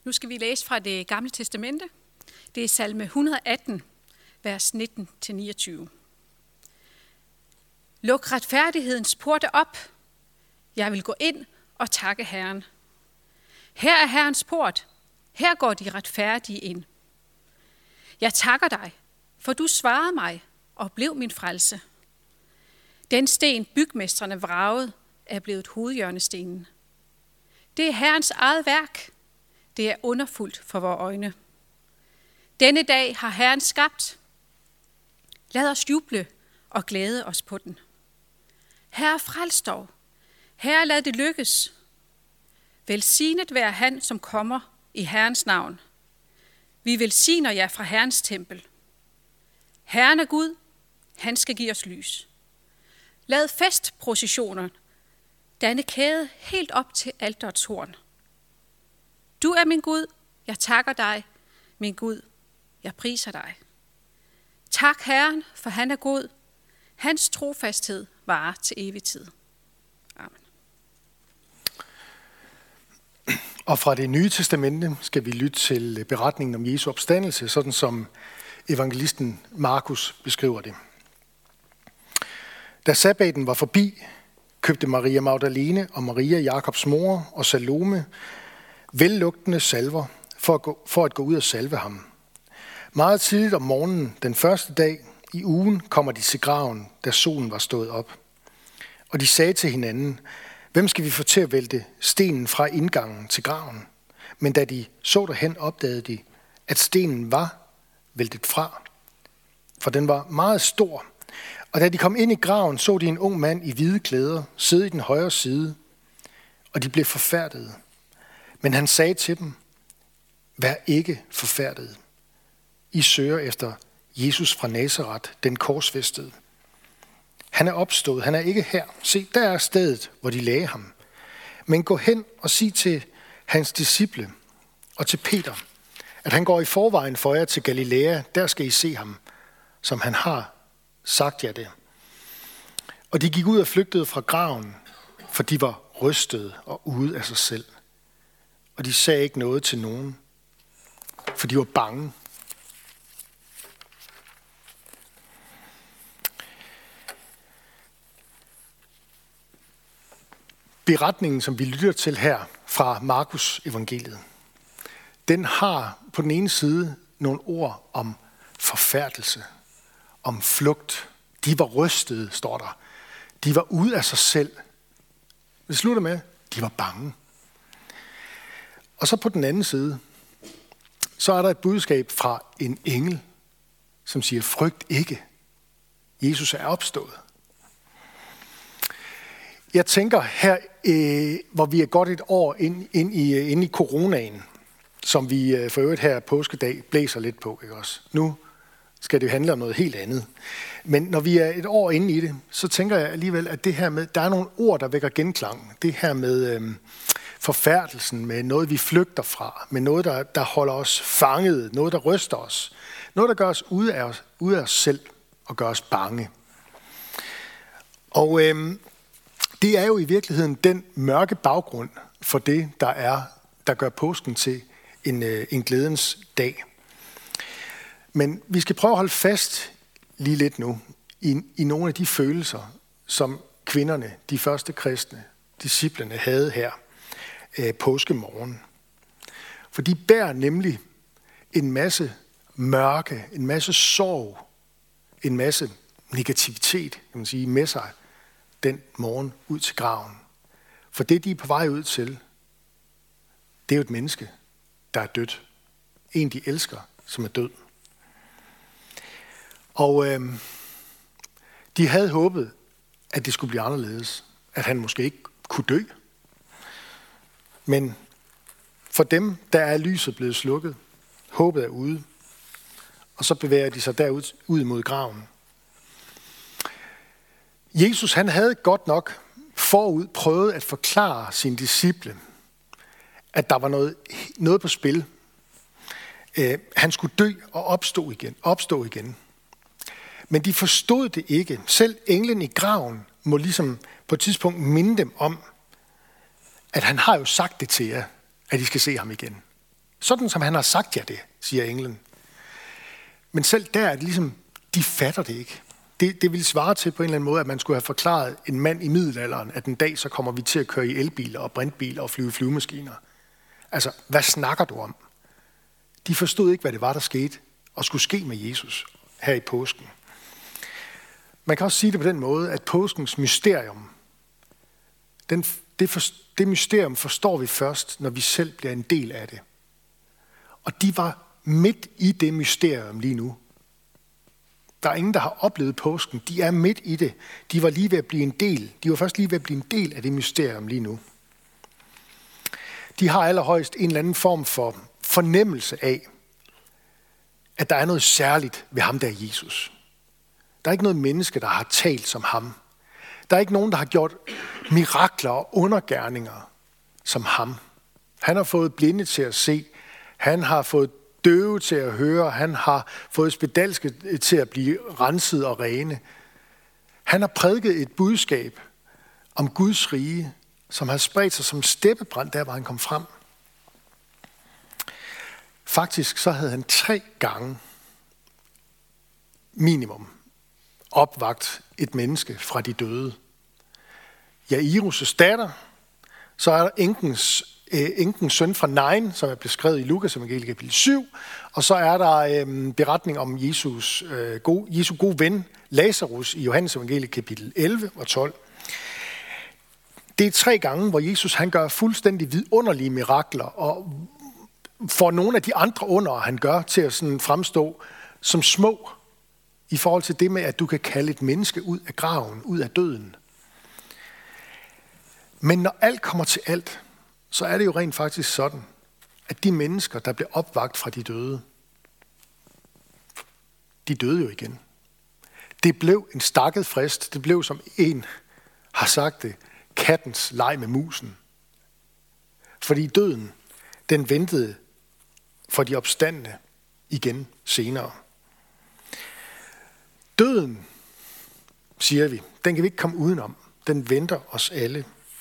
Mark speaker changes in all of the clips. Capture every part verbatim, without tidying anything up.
Speaker 1: Nu skal vi læse fra det gamle testamente. Det er salme et hundrede og atten, vers nitten til niogtyve. Luk retfærdighedens porte op. Jeg vil gå ind og takke Herren. Her er Herrens port. Her går de retfærdige ind. Jeg takker dig, for du svarede mig og blev min frelse. Den sten, bygmestrene vragede, er blevet hovedhjørnestenen. Det er Herrens eget værk. Det er underfuldt for vores øjne. Denne dag har Herren skabt. Lad os juble og glæde os på den. Herre, frels dog. Herre, lad det lykkes. Velsignet være han, som kommer i Herrens navn. Vi velsigner jer fra Herrens tempel. Herren er Gud. Han skal give os lys. Lad festprocessioner danne kæde helt op til alterets horn. Du er min Gud. Jeg takker dig, min Gud. Jeg priser dig. Tak Herren, for han er god. Hans trofasthed varer til evig tid. Amen.
Speaker 2: Og fra det nye testamente skal vi lytte til beretningen om Jesu opstandelse, sådan som evangelisten Markus beskriver det. Da sabbaten var forbi, købte Maria Magdalene og Maria, Jakobs mor, og Salome vellugtende salver for at, gå, for at gå ud og salve ham. Meget tidligt om morgenen, den første dag i ugen, kommer de til graven, da solen var stået op. Og de sagde til hinanden, hvem skal vi få til at vælte stenen fra indgangen til graven? Men da de så derhen, opdagede de, at stenen var væltet fra, for den var meget stor. Og da de kom ind i graven, så de en ung mand i hvide klæder sidde i den højre side, og de blev forfærdede. Men han sagde til dem, vær ikke forfærdede. I søger efter Jesus fra Nazaret, den korsfæstede. Han er opstået, han er ikke her. Se, der er stedet, hvor de lagde ham. Men gå hen og sig til hans disciple og til Peter, at han går i forvejen for jer til Galilea, der skal I se ham, som han har sagt jer det. Og de gik ud og flygtede fra graven, for de var rystede og ude af sig selv. Og de sagde ikke noget til nogen, for de var bange. Beretningen, som vi lytter til her fra Markus evangeliet, den har på den ene side nogle ord om forfærdelse, om flugt. De var rystede, står der. De var ude af sig selv. Det slutter med, de var bange. Og så på den anden side, så er der et budskab fra en engel, som siger, frygt ikke. Jesus er opstået. Jeg tænker her, øh, hvor vi er godt et år ind, ind, i, ind i coronaen, som vi øh, for øvrigt her påskedag blæser lidt på, ikke også? Nu skal det handle om noget helt andet. Men når vi er et år inde i det, så tænker jeg alligevel, at det her med, der er nogle ord, der vækker genklang. Det her med øh, forfærdelsen, med noget, vi flygter fra, med noget, der, der holder os fanget, noget, der ryster os. Noget, der gør os ude af os, ude af os selv og gør os bange. Og øh, det er jo i virkeligheden den mørke baggrund for det, der er, der gør påsken til en, øh, en glædens dag. Men vi skal prøve at holde fast lige lidt nu i, i nogle af de følelser, som kvinderne, de første kristne, disciplene, havde her øh, påskemorgen. For de bærer nemlig en masse mørke, en masse sorg, en masse negativitet, kan man sige, med sig den morgen ud til graven. For det, de er på vej ud til, det er jo et menneske, der er dødt. En, de elsker, som er død. Og øh, de havde håbet, at det skulle blive anderledes. At han måske ikke kunne dø. Men for dem, der er lyset blevet slukket. Håbet er ude. Og så bevæger de sig derud ud mod graven. Jesus, han havde godt nok forud prøvet at forklare sine disciple, at der var noget, noget på spil. Øh, han skulle dø og opstå igen, opstå igen. Men de forstod det ikke. Selv englen i graven må ligesom på et tidspunkt minde dem om, at han har jo sagt det til jer, at I skal se ham igen. Sådan som han har sagt jer det, siger englen. Men selv der er det ligesom, de fatter det ikke. Det, det ville svare til på en eller anden måde, at man skulle have forklaret en mand i middelalderen, at en dag så kommer vi til at køre i elbiler og brintbiler og flyve flyvemaskiner. Altså, hvad snakker du om? De forstod ikke, hvad det var, der skete og skulle ske med Jesus her i påsken. Man kan også sige det på den måde, at påskens mysterium, den, det, for, det mysterium forstår vi først, når vi selv bliver en del af det. Og de var midt i det mysterium lige nu. Der er ingen, der har oplevet påsken. De er midt i det. De var lige ved at blive en del. De var først lige ved at blive en del af det mysterium lige nu. De har allerhøjst en eller anden form for fornemmelse af, at der er noget særligt ved ham, der er Jesus. Der er ikke noget menneske, der har talt som ham. Der er ikke nogen, der har gjort mirakler og undergerninger som ham. Han har fået blinde til at se. Han har fået døve til at høre. Han har fået spedalske til at blive renset og rene. Han har prædiket et budskab om Guds rige, som har spredt sig som steppebrand, der hvor han kom frem. Faktisk så havde han tre gange minimum opvagt et menneske fra de døde. Jairus' datter, så er der enkens, øh, enkens søn fra Nain, som er beskrevet i Lukas evangeliet kapitel syv, og så er der øh, beretning om Jesus, øh, god, Jesu gode ven, Lazarus, i Johannes evangeliet kapitel elleve og tolv. Det er tre gange, hvor Jesus han gør fuldstændig vidunderlige mirakler, og får nogle af de andre under, han gør, til at sådan fremstå som små, i forhold til det med, at du kan kalde et menneske ud af graven, ud af døden. Men når alt kommer til alt, så er det jo rent faktisk sådan, at de mennesker, der blev opvakt fra de døde, de døde jo igen. Det blev en stakket frist. Det blev, som en har sagt det, kattens leg med musen. Fordi døden, den ventede for de opstandne igen senere. Døden, siger vi, den kan vi ikke komme udenom. Den venter os alle.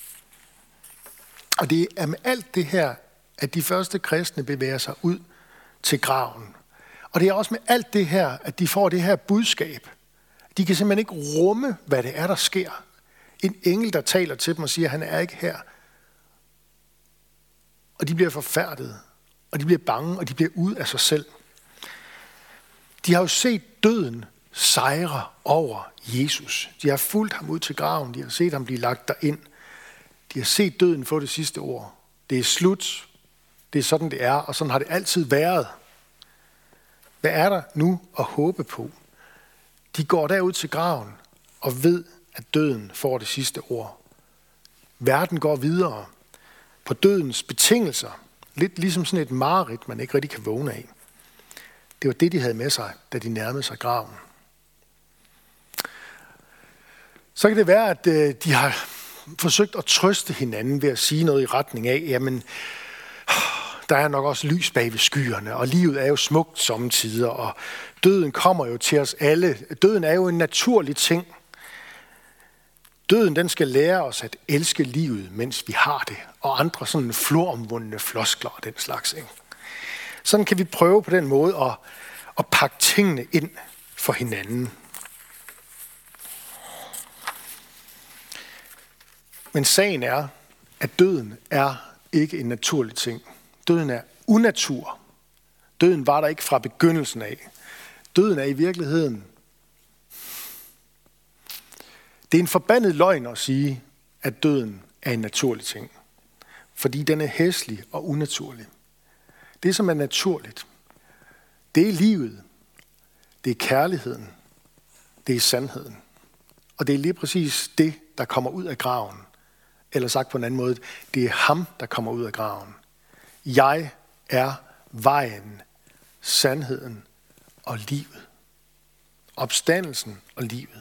Speaker 2: Og det er med alt det her, at de første kristne bevæger sig ud til graven. Og det er også med alt det her, at de får det her budskab. De kan simpelthen ikke rumme, hvad det er, der sker. En engel, der taler til dem og siger, at han er ikke her. Og de bliver forfærdet, og de bliver bange, og de bliver ude af sig selv. De har jo set døden sejre over Jesus. De har fulgt ham ud til graven. De har set ham blive lagt derind. De har set døden få det sidste ord. Det er slut. Det er sådan, det er, og sådan har det altid været. Hvad er der nu at håbe på? De går derud til graven og ved, at døden får det sidste ord. Verden går videre på dødens betingelser. Lidt ligesom sådan et mareridt, man ikke rigtig kan vågne af. Det var det, de havde med sig, da de nærmede sig graven. Så kan det være, at de har forsøgt at trøste hinanden ved at sige noget i retning af, jamen, der er nok også lys bag ved skyerne, og livet er jo smukt sommetider, og døden kommer jo til os alle. Døden er jo en naturlig ting. Døden, den skal lære os at elske livet, mens vi har det, og andre sådan floromvundne floskler og den slags. Ikke? Sådan kan vi prøve på den måde at, at pakke tingene ind for hinanden. Men sagen er, at døden er ikke en naturlig ting. Døden er unatur. Døden var der ikke fra begyndelsen af. Døden er i virkeligheden... Det er en forbandet løgn at sige, at døden er en naturlig ting. Fordi den er hæslig og unaturlig. Det, som er naturligt, det er livet. Det er kærligheden. Det er sandheden. Og det er lige præcis det, der kommer ud af graven. Eller sagt på en anden måde, det er ham, der kommer ud af graven. Jeg er vejen, sandheden og livet. Opstandelsen og livet.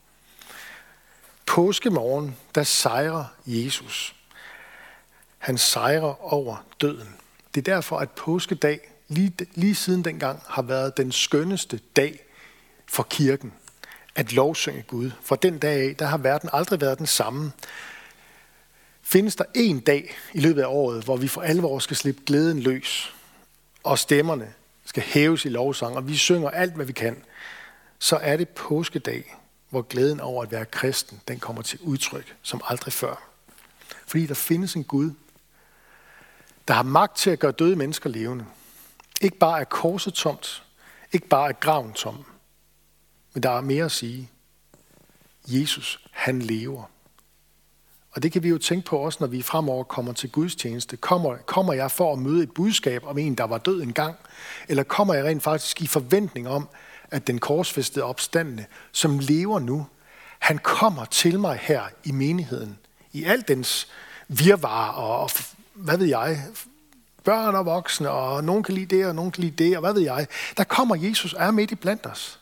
Speaker 2: Påskemorgen, der sejrer Jesus. Han sejrer over døden. Det er derfor, at påskedag lige, lige siden dengang har været den skønneste dag for kirken. At lovsynge Gud. For den dag af, der har verden aldrig været den samme. Findes der en dag i løbet af året, hvor vi for alvor skal slippe glæden løs, og stemmerne skal hæves i lovsang, og vi synger alt, hvad vi kan, så er det påskedag, hvor glæden over at være kristen, den kommer til udtryk som aldrig før. Fordi der findes en Gud, der har magt til at gøre døde mennesker levende. Ikke bare er korset tomt, ikke bare er graven tom, men der er mere at sige. Jesus, han lever. Og det kan vi jo tænke på også, når vi fremover kommer til gudstjeneste. Kommer, kommer jeg for at møde et budskab om en, der var død engang? Eller kommer jeg rent faktisk i forventning om, at den korsfæstede opstandne, som lever nu, han kommer til mig her i menigheden, i al dens virvar og, og hvad ved jeg, børn og voksne, og nogen kan lide det, og nogen kan lide det, og hvad ved jeg. Der kommer Jesus og er midt i blandt os.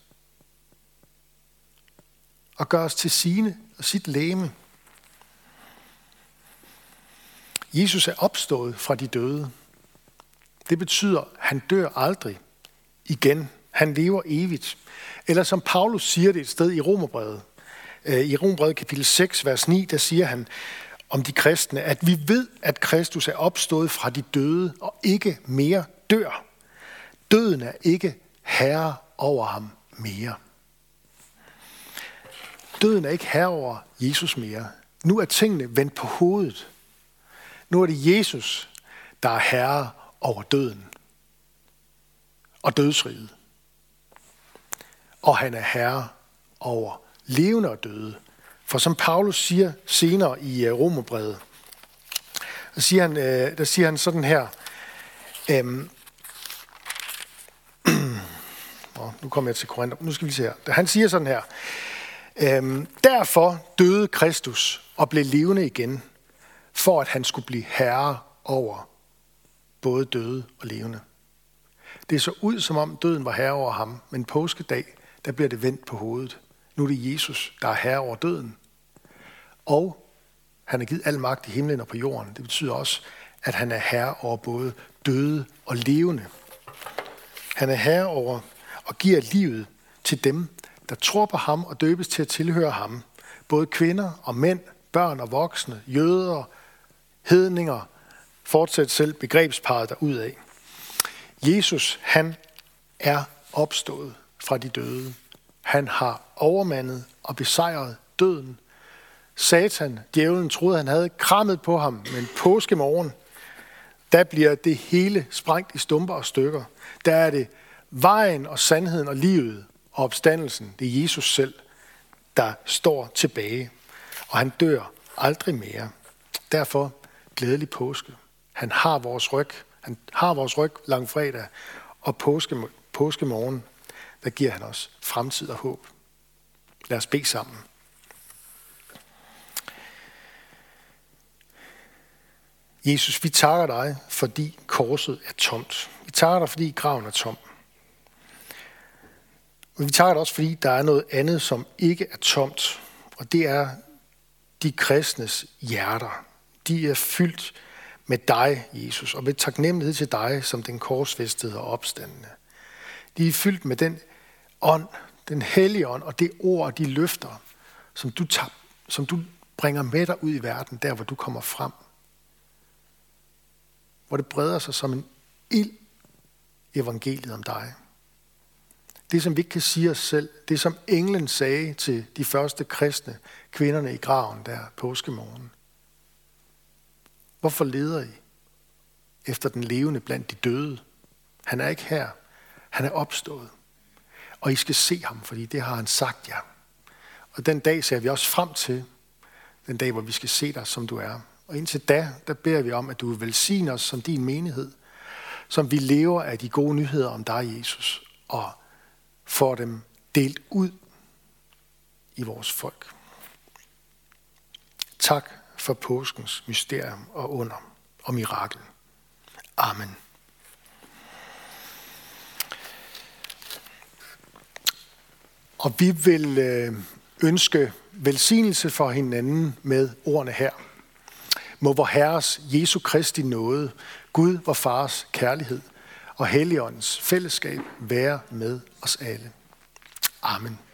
Speaker 2: Og gør os til sine og sit legeme. Jesus er opstået fra de døde. Det betyder, at han dør aldrig igen. Han lever evigt. Eller som Paulus siger det et sted i Romerbrevet. I Romerbrevet kapitel seks, vers ni, der siger han om de kristne, at vi ved, at Kristus er opstået fra de døde og ikke mere dør. Døden er ikke herre over ham mere. Døden er ikke herre over Jesus mere. Nu er tingene vendt på hovedet. Nu er det Jesus, der er herre over døden og dødsriget. Og han er herre over levende og døde. For som Paulus siger senere i Romerbrevet, der siger han, der siger han sådan her, øhm, nu kommer jeg til Korinther, nu skal vi se her. Han siger sådan her, øhm, derfor døde Kristus og blev levende igen, for at han skulle blive herre over både døde og levende. Det så ud, som om døden var herre over ham, men påskedag, der bliver det vendt på hovedet. Nu er det Jesus, der er herre over døden. Og han har givet al magt i himlen og på jorden. Det betyder også, at han er herre over både døde og levende. Han er herre over og giver livet til dem, der tror på ham og døbes til at tilhøre ham. Både kvinder og mænd, børn og voksne, jøder, hedninger, fortsæt selv begrebsparet derudad. Jesus, han er opstået fra de døde. Han har overmandet og besejret døden. Satan, djævlen, troede, han havde krammet på ham, men påskemorgen, der bliver det hele sprængt i stumper og stykker. Der er det vejen og sandheden og livet og opstandelsen. Det er Jesus selv, der står tilbage. Og han dør aldrig mere. Derfor glædelig påske. Han har vores ryg. Han har vores ryg langfredag. Og påske, påskemorgen, der giver han os fremtid og håb. Lad os bede sammen. Jesus, vi takker dig, fordi korset er tomt. Vi takker dig, fordi graven er tom. Men vi takker dig også, fordi der er noget andet, som ikke er tomt. Og det er de kristnes hjerter. De er fyldt med dig, Jesus, og med taknemmelighed til dig, som den korsfæstede og opstandende. De er fyldt med den ånd, den hellige ånd, og det ord og de løfter, som du, tager, som du bringer med dig ud i verden, der hvor du kommer frem. Hvor det breder sig som en ild evangeliet om dig. Det, som vi ikke kan sige os selv, det som englen sagde til de første kristne, kvinderne i graven der påskemorgen. Hvorfor leder I efter den levende blandt de døde? Han er ikke her. Han er opstået. Og I skal se ham, fordi det har han sagt jer. Og den dag ser vi også frem til, den dag, hvor vi skal se dig, som du er. Og indtil da, der beder vi om, at du vil velsigne os som din menighed, som vi lever af de gode nyheder om dig, Jesus, og får dem delt ud i vores folk. Tak for påskens mysterium og under og mirakel. Amen. Og vi vil ønske velsignelse for hinanden med ordene her. Må vor Herres Jesu Kristi nåde, Gud vor Fars kærlighed og Helligåndens fællesskab være med os alle. Amen.